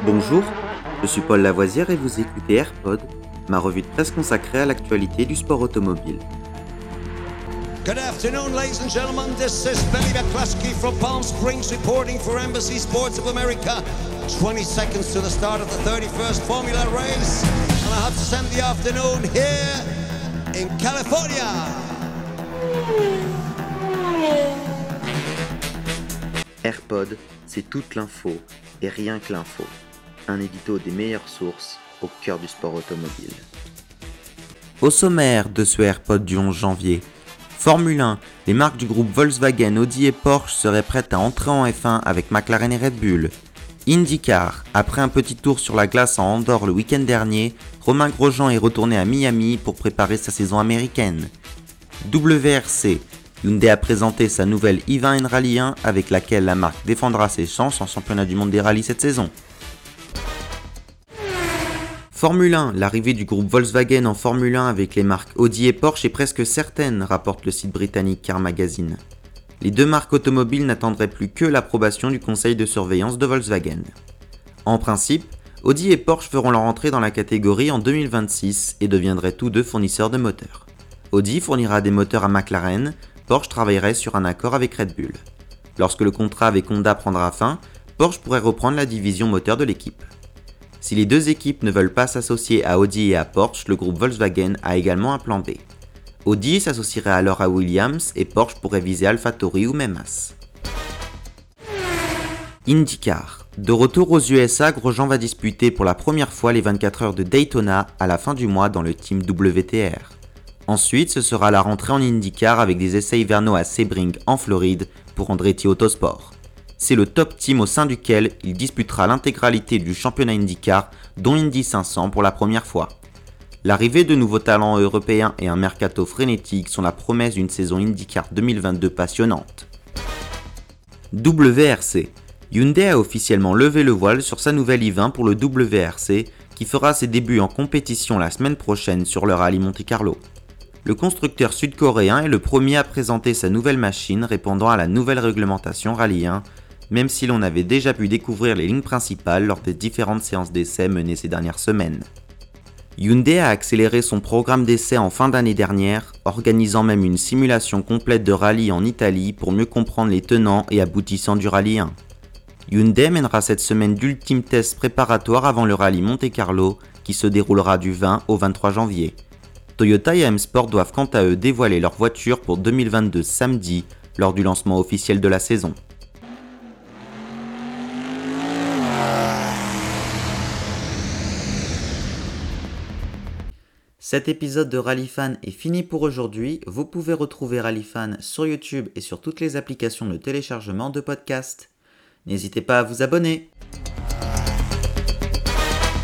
Bonjour, je suis Paul Lavoisière et vous écoutez AirPod, ma revue de presse consacrée à l'actualité du sport automobile. Good afternoon, ladies and gentlemen. This is Billy McCluskey from Palm Springs reporting for Embassy Sports of America. 20 seconds to the start of the 31st Formula race. And I have to spend the afternoon here in California. AirPod, c'est toute l'info et rien que l'info. Un édito des meilleures sources au cœur du sport automobile. Au sommaire de ce AirPod du 11 janvier, Formule 1, les marques du groupe Volkswagen, Audi et Porsche seraient prêtes à entrer en F1 avec McLaren et Red Bull. IndyCar, après un petit tour sur la glace en Andorre le week-end dernier, Romain Grosjean est retourné à Miami pour préparer sa saison américaine. WRC, Hyundai a présenté sa nouvelle i20 Rally 1 avec laquelle la marque défendra ses chances en championnat du monde des rallyes cette saison. Formule 1, l'arrivée du groupe Volkswagen en Formule 1 avec les marques Audi et Porsche est presque certaine, rapporte le site britannique Car Magazine. Les deux marques automobiles n'attendraient plus que l'approbation du conseil de surveillance de Volkswagen. En principe, Audi et Porsche feront leur entrée dans la catégorie en 2026 et deviendraient tous deux fournisseurs de moteurs. Audi fournira des moteurs à McLaren, Porsche travaillerait sur un accord avec Red Bull. Lorsque le contrat avec Honda prendra fin, Porsche pourrait reprendre la division moteur de l'équipe. Si les deux équipes ne veulent pas s'associer à Audi et à Porsche, le groupe Volkswagen a également un plan B. Audi s'associerait alors à Williams et Porsche pourrait viser AlphaTauri ou même Haas. IndyCar. De retour aux USA, Grosjean va disputer pour la première fois les 24 heures de Daytona à la fin du mois dans le team WTR. Ensuite, ce sera la rentrée en IndyCar avec des essais hivernaux à Sebring en Floride pour Andretti Autosport. C'est le top team au sein duquel il disputera l'intégralité du championnat IndyCar, dont Indy 500 pour la première fois. L'arrivée de nouveaux talents européens et un mercato frénétique sont la promesse d'une saison IndyCar 2022 passionnante. WRC. Hyundai a officiellement levé le voile sur sa nouvelle i20 pour le WRC, qui fera ses débuts en compétition la semaine prochaine sur le rallye Monte-Carlo. Le constructeur sud-coréen est le premier à présenter sa nouvelle machine répondant à la nouvelle réglementation Rallye 1, même si l'on avait déjà pu découvrir les lignes principales lors des différentes séances d'essais menées ces dernières semaines. Hyundai a accéléré son programme d'essais en fin d'année dernière, organisant même une simulation complète de rallye en Italie pour mieux comprendre les tenants et aboutissants du Rallye 1. Hyundai mènera cette semaine d'ultimes tests préparatoires avant le rallye Monte-Carlo qui se déroulera du 20 au 23 janvier. Toyota et M-Sport doivent quant à eux dévoiler leur voiture pour 2022 samedi lors du lancement officiel de la saison. Cet épisode de Rallyfan est fini pour aujourd'hui. Vous pouvez retrouver Rallyfan sur YouTube et sur toutes les applications de téléchargement de podcasts. N'hésitez pas à vous abonner.